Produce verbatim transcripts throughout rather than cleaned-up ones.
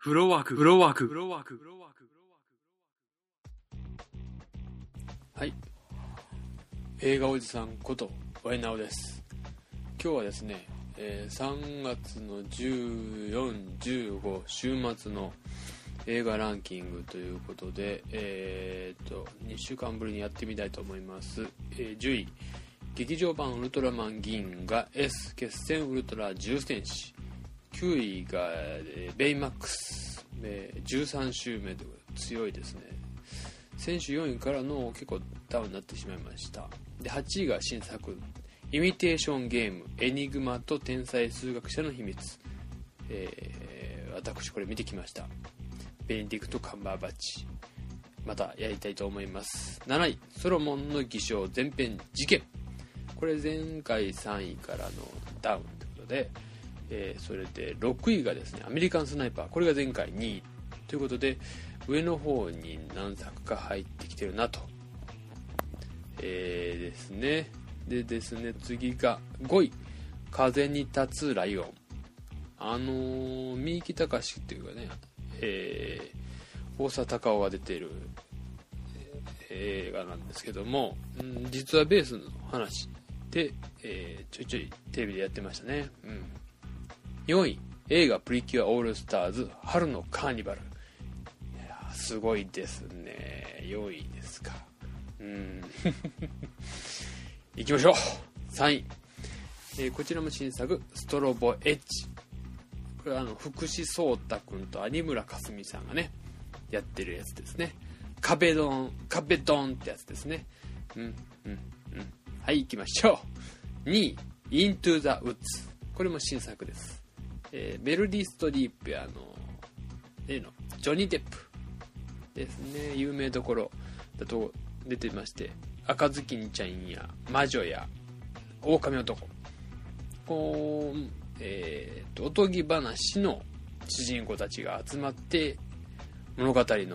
フロワークフロワークフロワークフロワーク。 はい、映画おじさんことワイナオです。今日はですね、えー、さんがつのじゅうよん、じゅうご週末の映画ランキングということで、えー、とにしゅうかんぶりにやってみたいと思います。えー、じゅうい、劇場版ウルトラマン銀河 S 決戦ウルトラ重戦士。きゅういが、えー、ベイマックス、えー、じゅうさん週目で強いですね。先週よんいからの結構ダウンになってしまいました。ではちいが新作イミテーションゲームエニグマと天才数学者の秘密、えー、私これ見てきました。ベネディクト・カンバーバッチ、またやりたいと思います。なない、ソロモンの偽証前編事件。これ前回さんいからのダウンということで、えー、それでろくいがですねアメリカンスナイパー。これが前回にいということで、上の方に何作か入ってきてるなと、えー、ですね。でですね次がごい、風に立つライオン。あのー、三木隆っていうかね、えー、大沢たかおが出ている、えー、映画なんですけども、うん、実はベースの話で、えー、ちょいちょいテレビでやってましたね。うん、よんい、映画プリキュアオールスターズ春のカーニバル。いやすごいですね。よんいですか。うん行きましょう。さんい、えー、こちらも新作ストロボエッジ。これはあの福士蒼汰君と有村架純さんがねやってるやつですね。壁ドン壁ドンってやつですね。うんうんうん。はい行きましょう。にい、イントゥザウッズ。これも新作です。えー、ベルディストリープやあの例のジョニー・デップですね。有名どころだと出てまして、赤ずきんちゃんや魔女や狼男、こう、えー、とおとぎ話の主人公たちが集まって物語の、うん、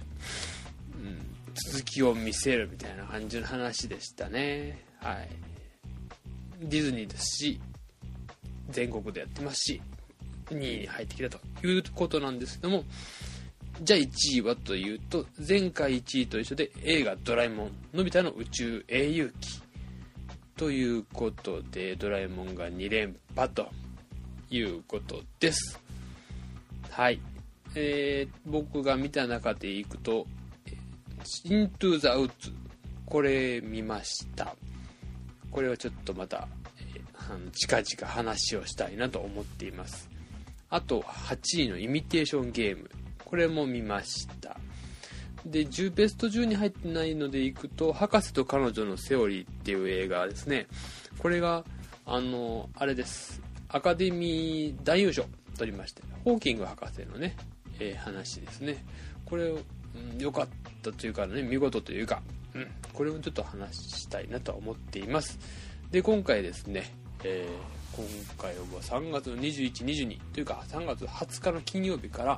続きを見せるみたいな感じの話でしたね。はい、ディズニーですし全国でやってますしにいに入ってきたということなんですけども、じゃあいちいはというと、前回いちいと一緒で映画ドラえもんのび太の宇宙英雄記ということで、ドラえもんがに連覇ということです。はい、えー、僕が見た中でいくとイントゥザウッズ、これ見ました。これはちょっとまた、えー、近々話をしたいなと思っています。あとはちいのイミテーションゲーム、これも見ました。でじゅうベストじゅうに入ってないのでいくと、博士と彼女のセオリーっていう映画ですね。これがあのあれです、アカデミー大優勝取りまして、ホーキング博士のね、えー、話ですね。これ良、うん、かったというかね、見事というか、うん、これをちょっと話したいなと思っています。で今回ですね、えー、今回はさんがつのにじゅういち、にじゅうにというかさんがつはつかの金曜日から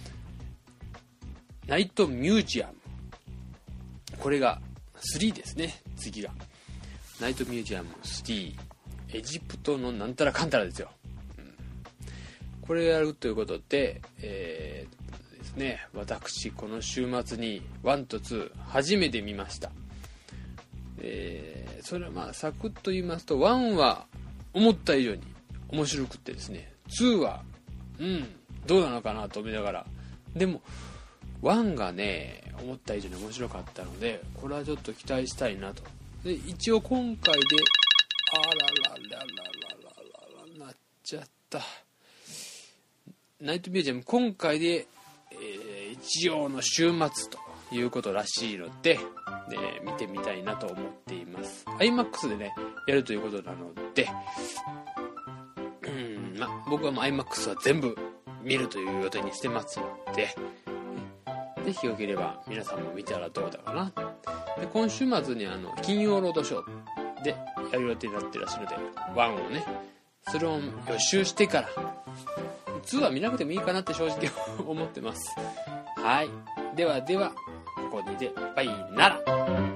ナイトミュージアム、これがスリーですね。次がナイトミュージアムスリー、エジプトのなんたらかんたらですよ。うん、これをやるということで、えー、ですね、私この週末にワンとツー初めて見ました。えー、それはまあサクッと言いますと、ワンは思った以上に面白くてですね、ツーはうんどうなのかなと思いながら、でもワンがね思った以上に面白かったので、これはちょっと期待したいなと。で一応今回であらららららららなっちゃった。ナイトミュージアム今回で、えー、一応の週末ということらしいので、ね、見てみたいなと思っています。 アイマックス でねやるということなので、うん、まあ、僕はもう アイマックス は全部見るという予定にしてますので、ぜひよければ皆さんも見たらどうだかな。で今週末にあの金曜ロードショーでやる予定になってるらしいので、ワンをねそれを予習してからツーは見なくてもいいかなって正直思ってます。はい、ではではここにでバイなら。